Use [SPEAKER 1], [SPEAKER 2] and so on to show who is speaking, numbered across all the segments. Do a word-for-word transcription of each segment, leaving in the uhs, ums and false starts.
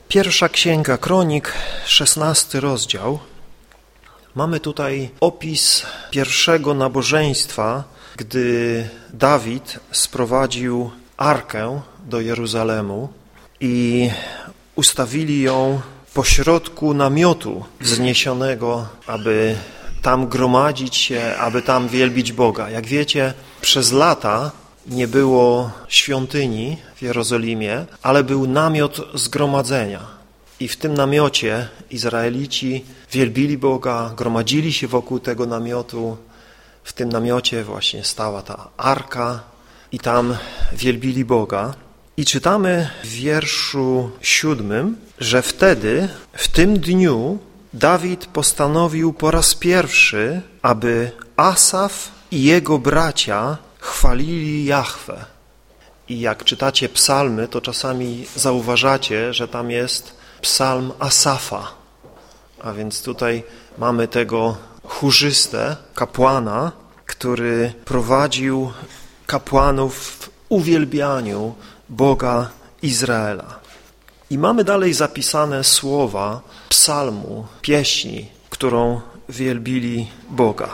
[SPEAKER 1] Pierwsza Księga Kronik, szesnasty rozdział. Mamy tutaj opis pierwszego nabożeństwa, gdy Dawid sprowadził Arkę do Jeruzalemu i ustawili ją pośrodku namiotu wzniesionego, aby tam gromadzić się, aby tam wielbić Boga. Jak wiecie, przez lata nie było świątyni w Jerozolimie, ale był namiot zgromadzenia. I w tym namiocie Izraelici wielbili Boga, gromadzili się wokół tego namiotu. W tym namiocie właśnie stała ta arka i tam wielbili Boga. I czytamy w wierszu siódmym, że wtedy, w tym dniu, Dawid postanowił po raz pierwszy, aby Asaf i jego bracia chwalili Jahwe. I jak czytacie psalmy, to czasami zauważacie, że tam jest psalm Asafa. A więc tutaj mamy tego chórzystę, kapłana, który prowadził kapłanów w uwielbianiu Boga Izraela. I mamy dalej zapisane słowa psalmu, pieśni, którą wielbili Boga.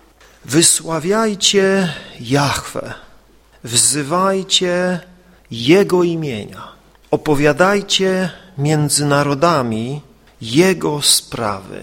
[SPEAKER 1] Wysławiajcie Jahwe, wzywajcie Jego imienia, opowiadajcie między narodami Jego sprawy.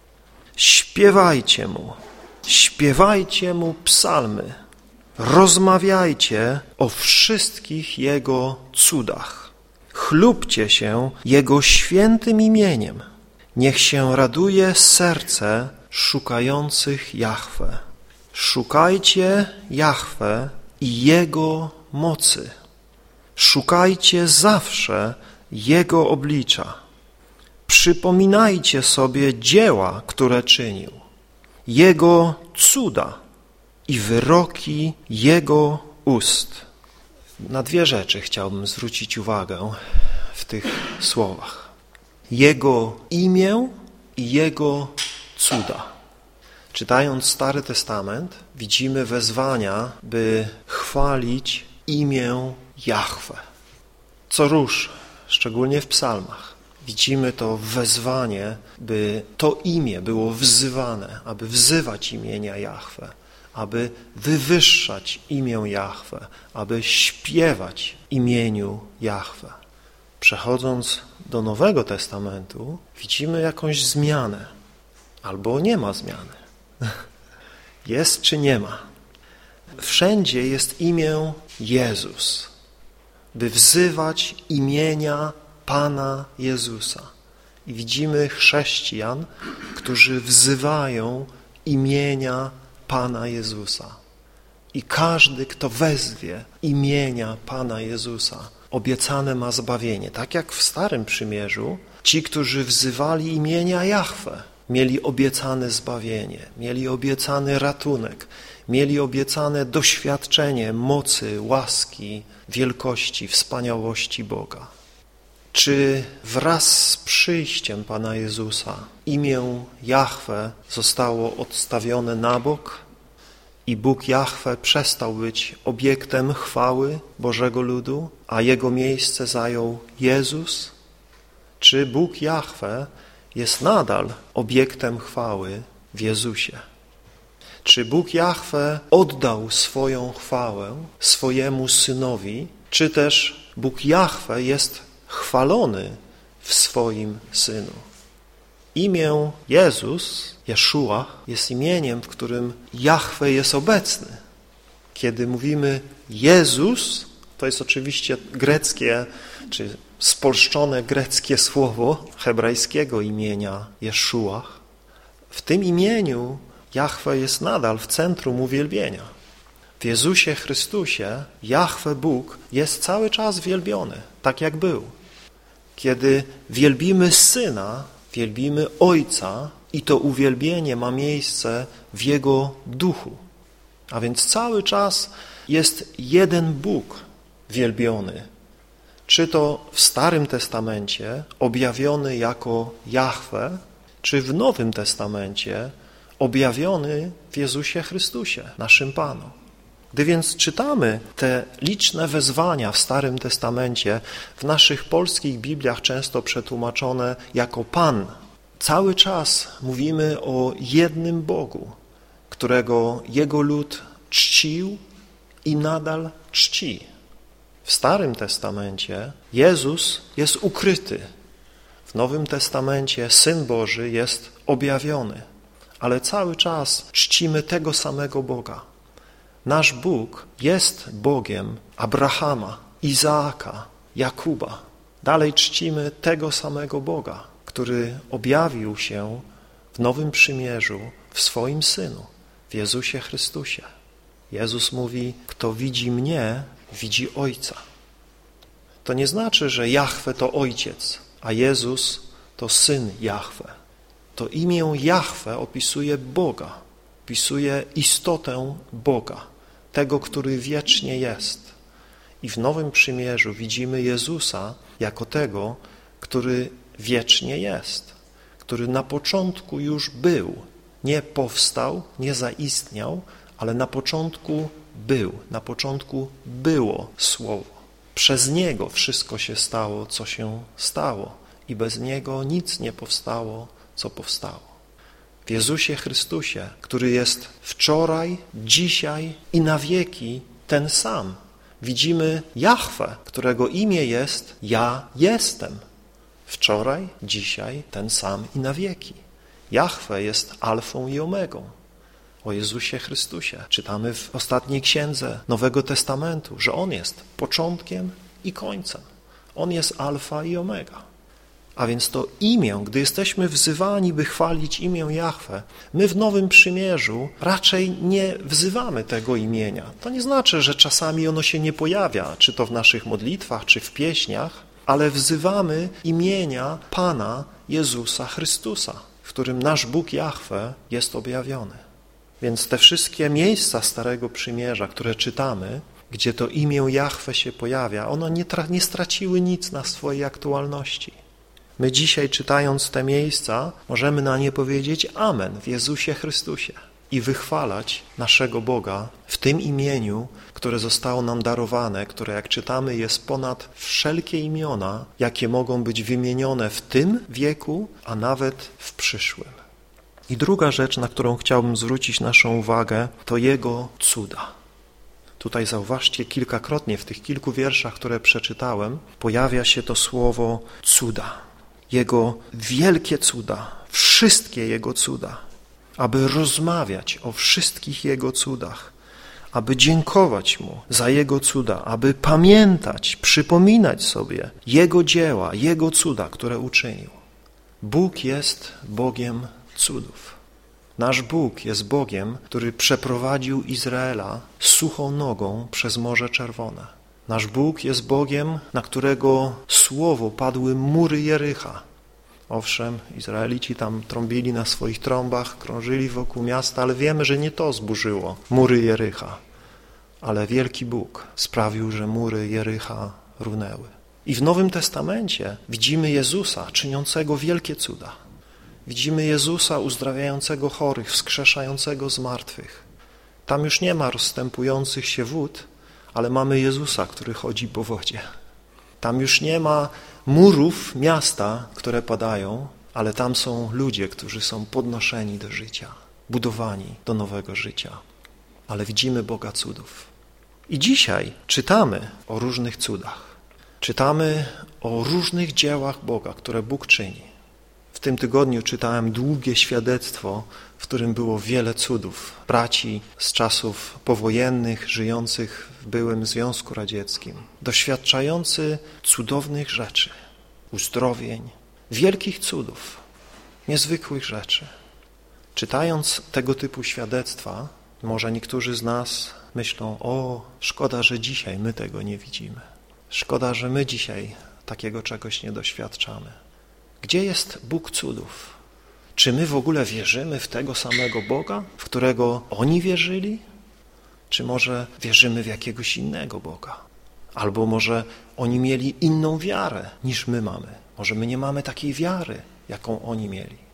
[SPEAKER 1] Śpiewajcie Mu, śpiewajcie Mu psalmy, rozmawiajcie o wszystkich Jego cudach. Chlubcie się Jego świętym imieniem. Niech się raduje serce szukających Jahwe. Szukajcie Jahwe i Jego mocy. Szukajcie zawsze Jego oblicza. Przypominajcie sobie dzieła, które czynił, Jego cuda i wyroki Jego ust. Na dwie rzeczy chciałbym zwrócić uwagę w tych słowach. Jego imię i Jego cuda. Czytając Stary Testament, widzimy wezwania, by chwalić imię Jahwe. Co rusz, szczególnie w psalmach, widzimy to wezwanie, by to imię było wzywane, aby wzywać imienia Jahwe, aby wywyższać imię Jahwe, aby śpiewać imieniu Jahwe. Przechodząc do Nowego Testamentu, widzimy jakąś zmianę, albo nie ma zmiany. Jest czy nie ma? Wszędzie jest imię Jezus, by wzywać imienia Pana Jezusa. I widzimy chrześcijan, którzy wzywają imienia Pana Jezusa. I każdy, kto wezwie imienia Pana Jezusa, obiecane ma zbawienie. Tak jak w Starym Przymierzu, ci, którzy wzywali imienia Jahwe, mieli obiecane zbawienie, mieli obiecany ratunek, mieli obiecane doświadczenie mocy, łaski, wielkości, wspaniałości Boga. Czy wraz z przyjściem Pana Jezusa imię Jahwe zostało odstawione na bok i Bóg Jahwe przestał być obiektem chwały Bożego ludu, a Jego miejsce zajął Jezus? Czy Bóg Jahwe jest nadal obiektem chwały w Jezusie? Czy Bóg Jahwe oddał swoją chwałę swojemu Synowi, czy też Bóg Jahwe jest chwalony w swoim Synu? Imię Jezus, Jeszua, jest imieniem, w którym Jahwe jest obecny. Kiedy mówimy Jezus, to jest oczywiście greckie, czy spolszczone greckie słowo hebrajskiego imienia Jeszua. W tym imieniu Jahwe jest nadal w centrum uwielbienia. W Jezusie Chrystusie Jahwe Bóg jest cały czas wielbiony, tak jak był. Kiedy wielbimy Syna, wielbimy Ojca i to uwielbienie ma miejsce w Jego duchu. A więc cały czas jest jeden Bóg wielbiony. Czy to w Starym Testamencie objawiony jako Jahwe, czy w Nowym Testamencie objawiony w Jezusie Chrystusie, naszym Panu. Gdy więc czytamy te liczne wezwania w Starym Testamencie, w naszych polskich Bibliach często przetłumaczone jako Pan, cały czas mówimy o jednym Bogu, którego Jego lud czcił i nadal czci. W Starym Testamencie Jezus jest ukryty. W Nowym Testamencie Syn Boży jest objawiony, ale cały czas czcimy tego samego Boga. Nasz Bóg jest Bogiem Abrahama, Izaaka, Jakuba. Dalej czcimy tego samego Boga, który objawił się w Nowym Przymierzu w swoim Synu, w Jezusie Chrystusie. Jezus mówi, kto widzi mnie, widzi Ojca. To nie znaczy, że Jahwe to Ojciec, a Jezus to Syn Jahwe. To imię Jahwe opisuje Boga, opisuje istotę Boga, tego, który wiecznie jest. I w Nowym Przymierzu widzimy Jezusa jako tego, który wiecznie jest, który na początku już był, nie powstał, nie zaistniał, ale na początku był, na początku było Słowo. Przez Niego wszystko się stało, co się stało i bez Niego nic nie powstało, co powstało. W Jezusie Chrystusie, który jest wczoraj, dzisiaj i na wieki ten sam. Widzimy Jahwe, którego imię jest Ja jestem. Wczoraj, dzisiaj ten sam i na wieki. Jahwe jest alfą i omegą. O Jezusie Chrystusie czytamy w ostatniej księdze Nowego Testamentu, że On jest początkiem i końcem. On jest alfa i omega. A więc to imię, gdy jesteśmy wzywani, by chwalić imię Jahwe, my w Nowym Przymierzu raczej nie wzywamy tego imienia. To nie znaczy, że czasami ono się nie pojawia, czy to w naszych modlitwach, czy w pieśniach, ale wzywamy imienia Pana Jezusa Chrystusa, w którym nasz Bóg Jahwe jest objawiony. Więc te wszystkie miejsca Starego Przymierza, które czytamy, gdzie to imię Jahwe się pojawia, one nie, tra- nie straciły nic na swojej aktualności. My dzisiaj, czytając te miejsca, możemy na nie powiedzieć Amen w Jezusie Chrystusie i wychwalać naszego Boga w tym imieniu, które zostało nam darowane, które, jak czytamy, jest ponad wszelkie imiona, jakie mogą być wymienione w tym wieku, a nawet w przyszłym. I druga rzecz, na którą chciałbym zwrócić naszą uwagę, to Jego cuda. Tutaj zauważcie, kilkakrotnie w tych kilku wierszach, które przeczytałem, pojawia się to słowo cuda. Jego wielkie cuda, wszystkie Jego cuda, aby rozmawiać o wszystkich Jego cudach, aby dziękować Mu za Jego cuda, aby pamiętać, przypominać sobie Jego dzieła, Jego cuda, które uczynił. Bóg jest Bogiem cudów. Nasz Bóg jest Bogiem, który przeprowadził Izraela suchą nogą przez Morze Czerwone. Nasz Bóg jest Bogiem, na którego słowo padły mury Jericha. Owszem, Izraelici tam trąbili na swoich trąbach, krążyli wokół miasta, ale wiemy, że nie to zburzyło mury Jericha. Ale wielki Bóg sprawił, że mury Jericha runęły. I w Nowym Testamencie widzimy Jezusa czyniącego wielkie cuda. Widzimy Jezusa uzdrawiającego chorych, wskrzeszającego zmartwych. Tam już nie ma rozstępujących się wód, ale mamy Jezusa, który chodzi po wodzie. Tam już nie ma murów miasta, które padają, ale tam są ludzie, którzy są podnoszeni do życia, budowani do nowego życia. Ale widzimy Boga cudów. I dzisiaj czytamy o różnych cudach. Czytamy o różnych dziełach Boga, które Bóg czyni. W tym tygodniu czytałem długie świadectwo, w którym było wiele cudów. Braci z czasów powojennych, żyjących w byłym Związku Radzieckim, doświadczający cudownych rzeczy, uzdrowień, wielkich cudów, niezwykłych rzeczy. Czytając tego typu świadectwa, może niektórzy z nas myślą, o, szkoda, że dzisiaj my tego nie widzimy. Szkoda, że my dzisiaj takiego czegoś nie doświadczamy. Gdzie jest Bóg cudów? Czy my w ogóle wierzymy w tego samego Boga, w którego oni wierzyli? Czy może wierzymy w jakiegoś innego Boga? Albo może oni mieli inną wiarę niż my mamy. Może my nie mamy takiej wiary, jaką oni mieli.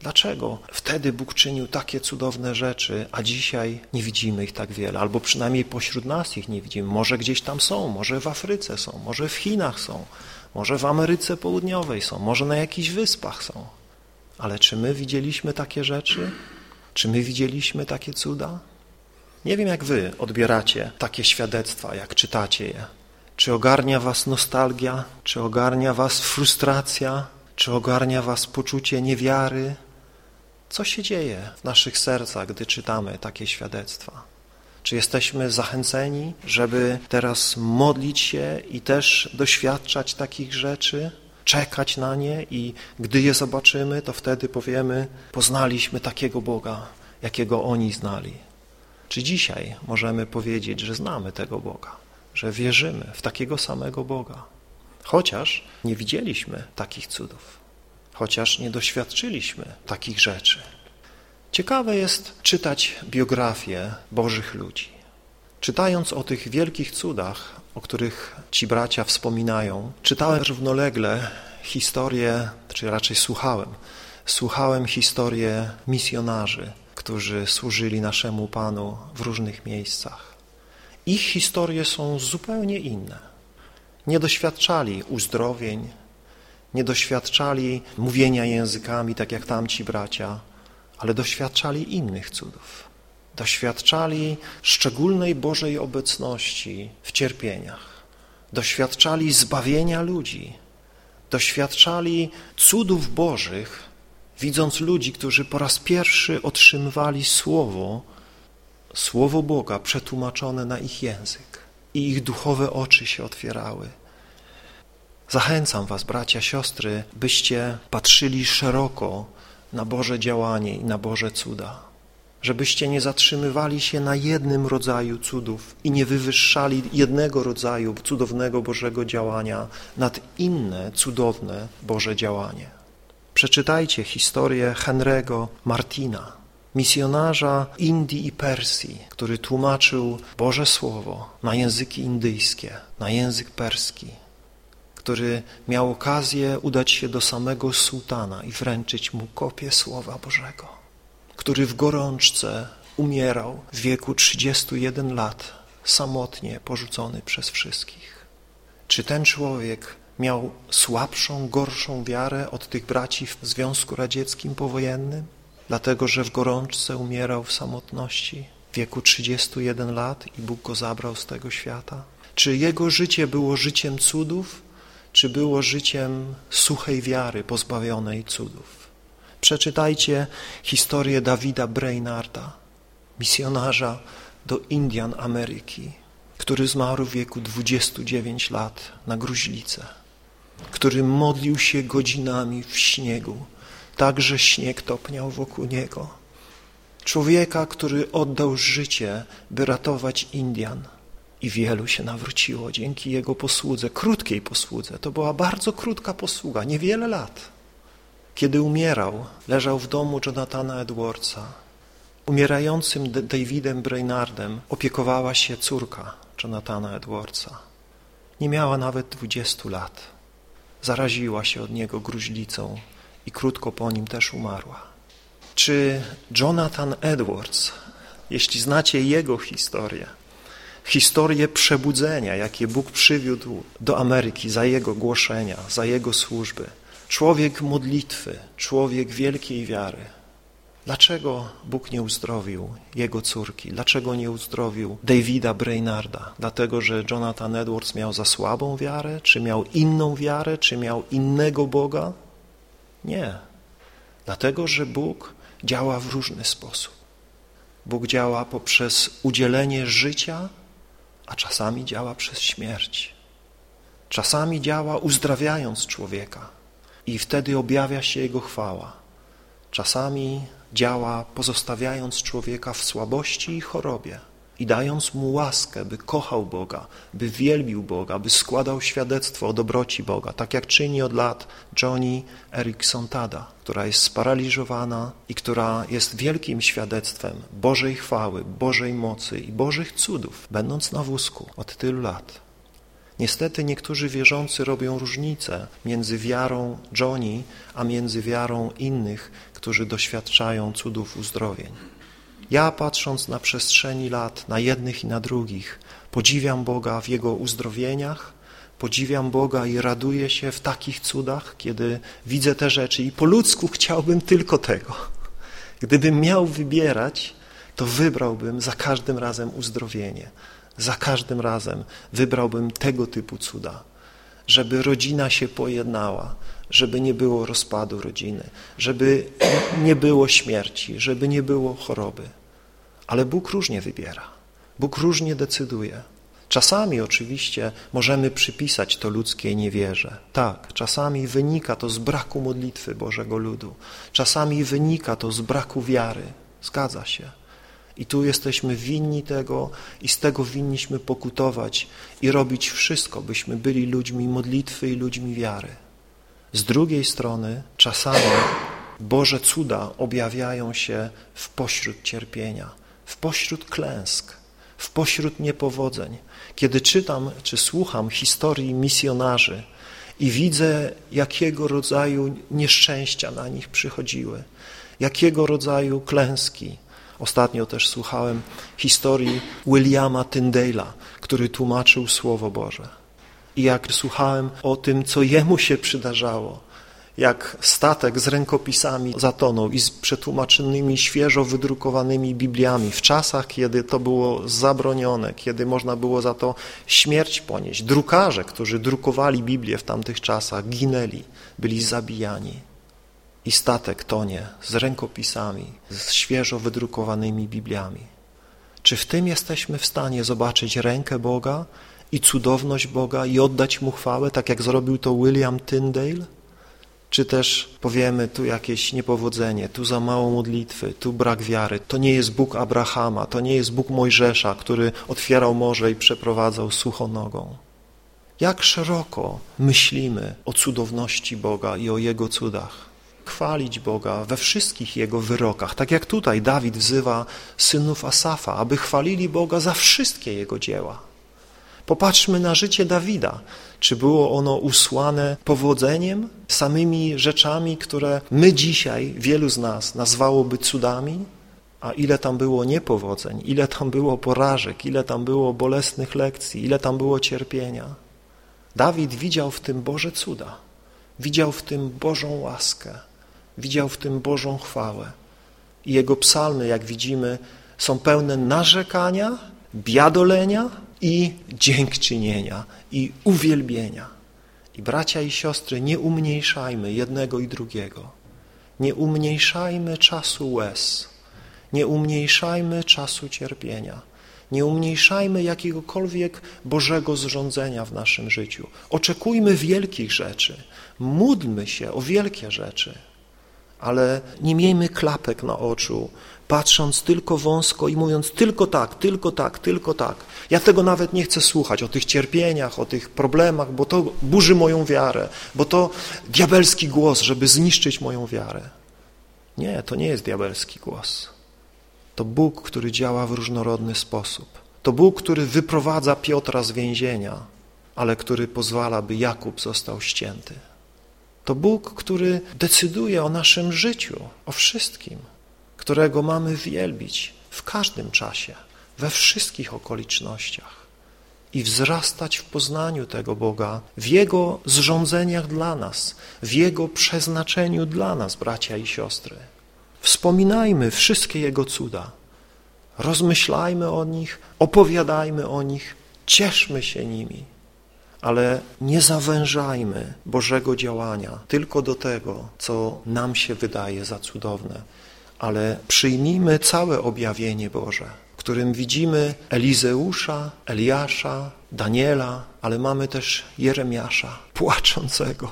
[SPEAKER 1] Dlaczego wtedy Bóg czynił takie cudowne rzeczy, a dzisiaj nie widzimy ich tak wiele, albo przynajmniej pośród nas ich nie widzimy. Może gdzieś tam są, może w Afryce są, może w Chinach są, może w Ameryce Południowej są, może na jakichś wyspach są. Ale czy my widzieliśmy takie rzeczy? Czy my widzieliśmy takie cuda? Nie wiem, jak wy odbieracie takie świadectwa, jak czytacie je. Czy ogarnia was nostalgia? Czy ogarnia was frustracja? Czy ogarnia was poczucie niewiary? Co się dzieje w naszych sercach, gdy czytamy takie świadectwa? Czy jesteśmy zachęceni, żeby teraz modlić się i też doświadczać takich rzeczy, czekać na nie i gdy je zobaczymy, to wtedy powiemy, poznaliśmy takiego Boga, jakiego oni znali. Czy dzisiaj możemy powiedzieć, że znamy tego Boga, że wierzymy w takiego samego Boga, chociaż nie widzieliśmy takich cudów, chociaż nie doświadczyliśmy takich rzeczy. Ciekawe jest czytać biografie Bożych ludzi. Czytając o tych wielkich cudach, o których ci bracia wspominają, czytałem równolegle historię, czy raczej słuchałem, słuchałem historię misjonarzy, którzy służyli naszemu Panu w różnych miejscach. Ich historie są zupełnie inne. Nie doświadczali uzdrowień, nie doświadczali mówienia językami, tak jak tamci bracia, ale doświadczali innych cudów. Doświadczali szczególnej Bożej obecności w cierpieniach. Doświadczali zbawienia ludzi. Doświadczali cudów Bożych, widząc ludzi, którzy po raz pierwszy otrzymywali Słowo, Słowo Boga przetłumaczone na ich język i ich duchowe oczy się otwierały. Zachęcam was, bracia, siostry, byście patrzyli szeroko na Boże działanie i na Boże cuda. Żebyście nie zatrzymywali się na jednym rodzaju cudów i nie wywyższali jednego rodzaju cudownego Bożego działania nad inne cudowne Boże działanie. Przeczytajcie historię Henry'ego Martina, misjonarza Indii i Persji, który tłumaczył Boże Słowo na języki indyjskie, na język perski, który miał okazję udać się do samego sułtana i wręczyć mu kopię Słowa Bożego, który w gorączce umierał w wieku trzydziestu jeden lat, samotnie porzucony przez wszystkich. Czy ten człowiek miał słabszą, gorszą wiarę od tych braci w Związku Radzieckim powojennym? Dlatego, że w gorączce umierał w samotności w wieku trzydziestu jeden lat i Bóg go zabrał z tego świata? Czy jego życie było życiem cudów, czy było życiem suchej wiary, pozbawionej cudów? Przeczytajcie historię Davida Brainarda, misjonarza do Indian Ameryki, który zmarł w wieku dwudziestu dziewięciu lat na gruźlicę, który modlił się godzinami w śniegu, tak że śnieg topniał wokół niego. Człowieka, który oddał życie, by ratować Indian. I wielu się nawróciło dzięki jego posłudze, krótkiej posłudze. To była bardzo krótka posługa, niewiele lat. Kiedy umierał, leżał w domu Jonathana Edwardsa. Umierającym Davidem Brainardem opiekowała się córka Jonathana Edwardsa. Nie miała nawet dwudziestu lat. Zaraziła się od niego gruźlicą i krótko po nim też umarła. Czy Jonathan Edwards, jeśli znacie jego historię, historię przebudzenia, jakie Bóg przywiódł do Ameryki za jego głoszenia, za jego służby, człowiek modlitwy, człowiek wielkiej wiary, dlaczego Bóg nie uzdrowił jego córki? Dlaczego nie uzdrowił Davida Brainarda? Dlatego, że Jonathan Edwards miał za słabą wiarę? Czy miał inną wiarę? Czy miał innego Boga? Nie. Dlatego, że Bóg działa w różny sposób. Bóg działa poprzez udzielenie życia, a czasami działa przez śmierć. Czasami działa uzdrawiając człowieka i wtedy objawia się Jego chwała. Czasami działa pozostawiając człowieka w słabości i chorobie i dając mu łaskę, by kochał Boga, by wielbił Boga, by składał świadectwo o dobroci Boga, tak jak czyni od lat Joni Eareckson Tada, która jest sparaliżowana i która jest wielkim świadectwem Bożej chwały, Bożej mocy i Bożych cudów, będąc na wózku od tylu lat. Niestety niektórzy wierzący robią różnicę między wiarą Johnny, a między wiarą innych, którzy doświadczają cudów uzdrowień. Ja, patrząc na przestrzeni lat, na jednych i na drugich, podziwiam Boga w Jego uzdrowieniach, podziwiam Boga i raduję się w takich cudach, kiedy widzę te rzeczy i po ludzku chciałbym tylko tego. Gdybym miał wybierać, to wybrałbym za każdym razem uzdrowienie. Za każdym razem wybrałbym tego typu cuda, żeby rodzina się pojednała, żeby nie było rozpadu rodziny, żeby nie było śmierci, żeby nie było choroby. Ale Bóg różnie wybiera, Bóg różnie decyduje. Czasami oczywiście możemy przypisać to ludzkiej niewierze. Tak, czasami wynika to z braku modlitwy Bożego ludu, czasami wynika to z braku wiary. Zgadza się. I tu jesteśmy winni tego i z tego winniśmy pokutować i robić wszystko, byśmy byli ludźmi modlitwy i ludźmi wiary. Z drugiej strony czasami Boże cuda objawiają się w pośród cierpienia, w pośród klęsk, w pośród niepowodzeń. Kiedy czytam czy słucham historii misjonarzy i widzę, jakiego rodzaju nieszczęścia na nich przychodziły, jakiego rodzaju klęski. Ostatnio też słuchałem historii Williama Tyndale'a, który tłumaczył Słowo Boże. I jak słuchałem o tym, co jemu się przydarzało, jak statek z rękopisami zatonął i z przetłumaczonymi, świeżo wydrukowanymi Bibliami w czasach, kiedy to było zabronione, kiedy można było za to śmierć ponieść. Drukarze, którzy drukowali Biblię w tamtych czasach, ginęli, byli zabijani. I statek tonie z rękopisami, z świeżo wydrukowanymi Bibliami. Czy w tym jesteśmy w stanie zobaczyć rękę Boga i cudowność Boga i oddać Mu chwałę, tak jak zrobił to William Tyndale? Czy też powiemy, tu jakieś niepowodzenie, tu za mało modlitwy, tu brak wiary. To nie jest Bóg Abrahama, to nie jest Bóg Mojżesza, który otwierał morze i przeprowadzał suchonogą. Jak szeroko myślimy o cudowności Boga i o Jego cudach. Chwalić Boga we wszystkich Jego wyrokach, tak jak tutaj Dawid wzywa synów Asafa, aby chwalili Boga za wszystkie Jego dzieła. Popatrzmy na życie Dawida. Czy było ono usłane powodzeniem, samymi rzeczami, które my dzisiaj, wielu z nas, nazwałoby cudami? A ile tam było niepowodzeń, ile tam było porażek, ile tam było bolesnych lekcji, ile tam było cierpienia. Dawid widział w tym Boże cuda, widział w tym Bożą łaskę, widział w tym Bożą chwałę. I jego psalmy, jak widzimy, są pełne narzekania, biadolenia i dziękczynienia, i uwielbienia. I bracia i siostry, nie umniejszajmy jednego i drugiego. Nie umniejszajmy czasu łez. Nie umniejszajmy czasu cierpienia. Nie umniejszajmy jakiegokolwiek Bożego zrządzenia w naszym życiu. Oczekujmy wielkich rzeczy. Módlmy się o wielkie rzeczy. Ale nie miejmy klapek na oczu, patrząc tylko wąsko i mówiąc tylko tak, tylko tak, tylko tak. Ja tego nawet nie chcę słuchać, o tych cierpieniach, o tych problemach, bo to burzy moją wiarę, bo to diabelski głos, żeby zniszczyć moją wiarę. Nie, to nie jest diabelski głos. To Bóg, który działa w różnorodny sposób. To Bóg, który wyprowadza Piotra z więzienia, ale który pozwala, by Jakub został ścięty. To Bóg, który decyduje o naszym życiu, o wszystkim, którego mamy wielbić w każdym czasie, we wszystkich okolicznościach i wzrastać w poznaniu tego Boga, w Jego zrządzeniach dla nas, w Jego przeznaczeniu dla nas, bracia i siostry. Wspominajmy wszystkie Jego cuda, rozmyślajmy o nich, opowiadajmy o nich, cieszmy się nimi. Ale nie zawężajmy Bożego działania tylko do tego, co nam się wydaje za cudowne, ale przyjmijmy całe objawienie Boże, w którym widzimy Elizeusza, Eliasza, Daniela, ale mamy też Jeremiasza, płaczącego.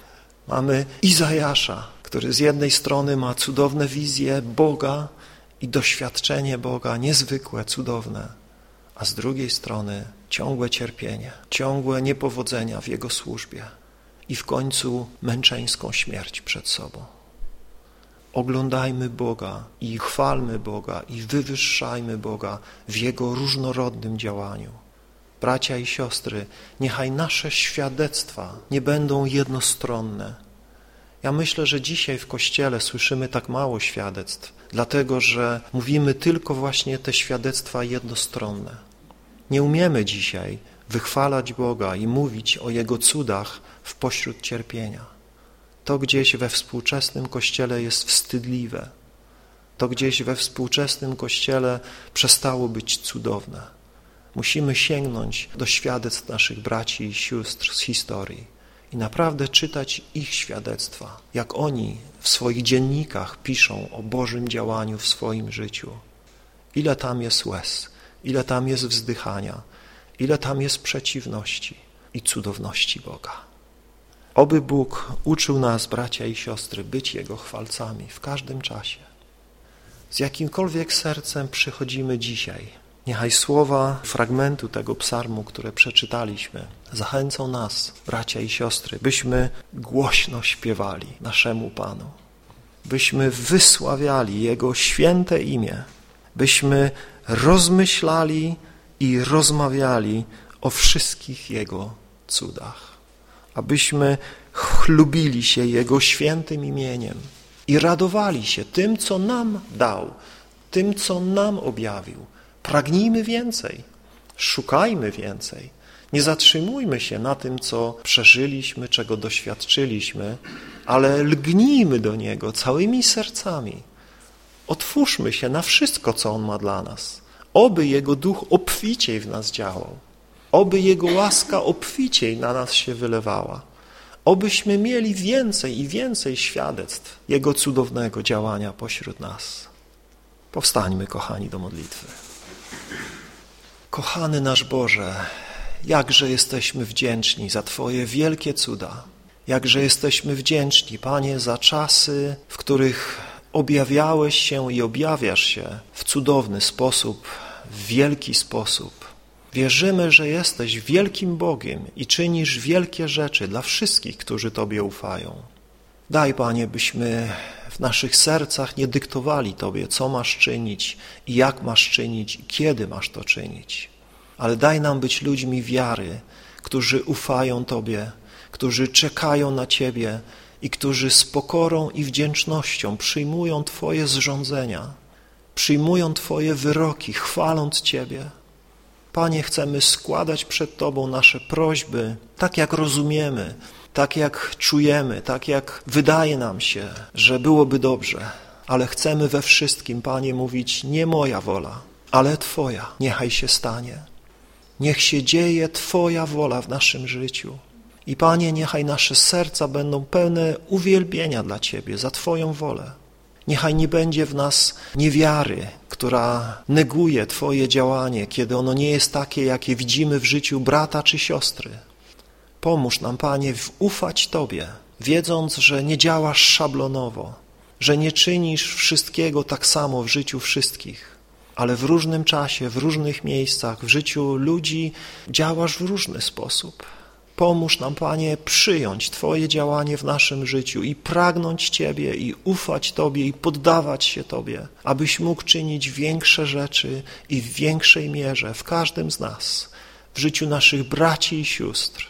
[SPEAKER 1] Mamy Izajasza, który z jednej strony ma cudowne wizje Boga i doświadczenie Boga, niezwykłe, cudowne, a z drugiej strony ciągłe cierpienie, ciągłe niepowodzenia w Jego służbie i w końcu męczeńską śmierć przed sobą. Oglądajmy Boga i chwalmy Boga i wywyższajmy Boga w Jego różnorodnym działaniu. bracia i siostry, niechaj nasze świadectwa nie będą jednostronne. Ja myślę, że dzisiaj w Kościele słyszymy tak mało świadectw, dlatego że mówimy tylko właśnie te świadectwa jednostronne. Nie umiemy dzisiaj wychwalać Boga i mówić o Jego cudach w pośród cierpienia. To gdzieś we współczesnym Kościele jest wstydliwe. To gdzieś we współczesnym Kościele przestało być cudowne. Musimy sięgnąć do świadectw naszych braci i sióstr z historii i naprawdę czytać ich świadectwa, jak oni w swoich dziennikach piszą o Bożym działaniu w swoim życiu. Ile tam jest łez, ile tam jest wzdychania, ile tam jest przeciwności i cudowności Boga. Oby Bóg uczył nas, bracia i siostry, być Jego chwalcami w każdym czasie. Z jakimkolwiek sercem przychodzimy dzisiaj, niechaj słowa fragmentu tego psalmu, które przeczytaliśmy, zachęcą nas, bracia i siostry, byśmy głośno śpiewali naszemu Panu, byśmy wysławiali Jego święte imię, byśmy rozmyślali i rozmawiali o wszystkich Jego cudach, abyśmy chlubili się Jego świętym imieniem i radowali się tym, co nam dał, tym, co nam objawił. Pragnijmy więcej, szukajmy więcej. Nie zatrzymujmy się na tym, co przeżyliśmy, czego doświadczyliśmy, ale lgnijmy do Niego całymi sercami. Otwórzmy się na wszystko, co On ma dla nas. Oby Jego Duch obficiej w nas działał. Oby Jego łaska obficiej na nas się wylewała. Obyśmy mieli więcej i więcej świadectw Jego cudownego działania pośród nas. Powstańmy, kochani, do modlitwy. Kochany nasz Boże, jakże jesteśmy wdzięczni za Twoje wielkie cuda. Jakże jesteśmy wdzięczni, Panie, za czasy, w których objawiałeś się i objawiasz się w cudowny sposób, w wielki sposób. Wierzymy, że jesteś wielkim Bogiem i czynisz wielkie rzeczy dla wszystkich, którzy Tobie ufają. Daj, Panie, byśmy w naszych sercach nie dyktowali Tobie, co masz czynić i jak masz czynić i kiedy masz to czynić. Ale daj nam być ludźmi wiary, którzy ufają Tobie, którzy czekają na Ciebie i którzy z pokorą i wdzięcznością przyjmują Twoje zrządzenia, przyjmują Twoje wyroki, chwaląc Ciebie. Panie, chcemy składać przed Tobą nasze prośby, tak jak rozumiemy, tak jak czujemy, tak jak wydaje nam się, że byłoby dobrze, ale chcemy we wszystkim, Panie, mówić nie moja wola, ale Twoja, niechaj się stanie. Niech się dzieje Twoja wola w naszym życiu. I Panie, niechaj nasze serca będą pełne uwielbienia dla Ciebie, za Twoją wolę. Niechaj nie będzie w nas niewiary, która neguje Twoje działanie, kiedy ono nie jest takie, jakie widzimy w życiu brata czy siostry. Pomóż nam, Panie, ufać Tobie, wiedząc, że nie działasz szablonowo, że nie czynisz wszystkiego tak samo w życiu wszystkich, ale w różnym czasie, w różnych miejscach, w życiu ludzi działasz w różny sposób. Pomóż nam, Panie, przyjąć Twoje działanie w naszym życiu i pragnąć Ciebie i ufać Tobie i poddawać się Tobie, abyś mógł czynić większe rzeczy i w większej mierze w każdym z nas, w życiu naszych braci i sióstr.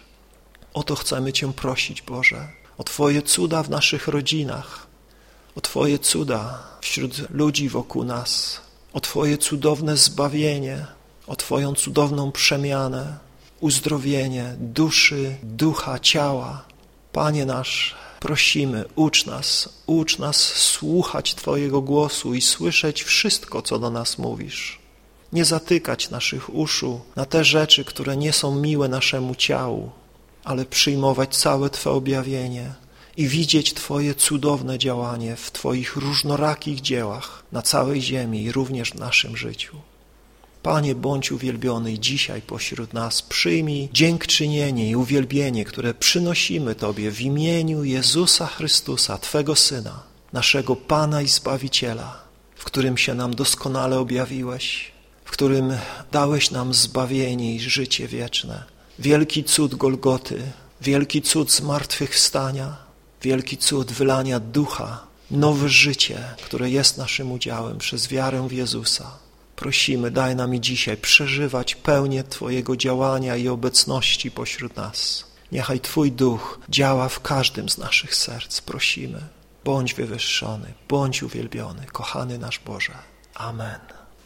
[SPEAKER 1] O to chcemy Cię prosić, Boże, o Twoje cuda w naszych rodzinach, o Twoje cuda wśród ludzi wokół nas, o Twoje cudowne zbawienie, o Twoją cudowną przemianę, uzdrowienie duszy, ducha, ciała. Panie nasz, prosimy, ucz nas, ucz nas słuchać Twojego głosu i słyszeć wszystko, co do nas mówisz. Nie zatykać naszych uszu na te rzeczy, które nie są miłe naszemu ciału, ale przyjmować całe Twe objawienie i widzieć Twoje cudowne działanie w Twoich różnorakich dziełach na całej ziemi i również w naszym życiu. Panie, bądź uwielbiony i dzisiaj pośród nas przyjmij dziękczynienie i uwielbienie, które przynosimy Tobie w imieniu Jezusa Chrystusa, Twego Syna, naszego Pana i Zbawiciela, w którym się nam doskonale objawiłeś, w którym dałeś nam zbawienie i życie wieczne. Wielki cud Golgoty, wielki cud zmartwychwstania, wielki cud wylania ducha, nowe życie, które jest naszym udziałem przez wiarę w Jezusa. Prosimy, daj nam i dzisiaj przeżywać pełnię Twojego działania i obecności pośród nas. Niechaj Twój Duch działa w każdym z naszych serc. Prosimy, bądź wywyższony, bądź uwielbiony, kochany nasz Boże. Amen.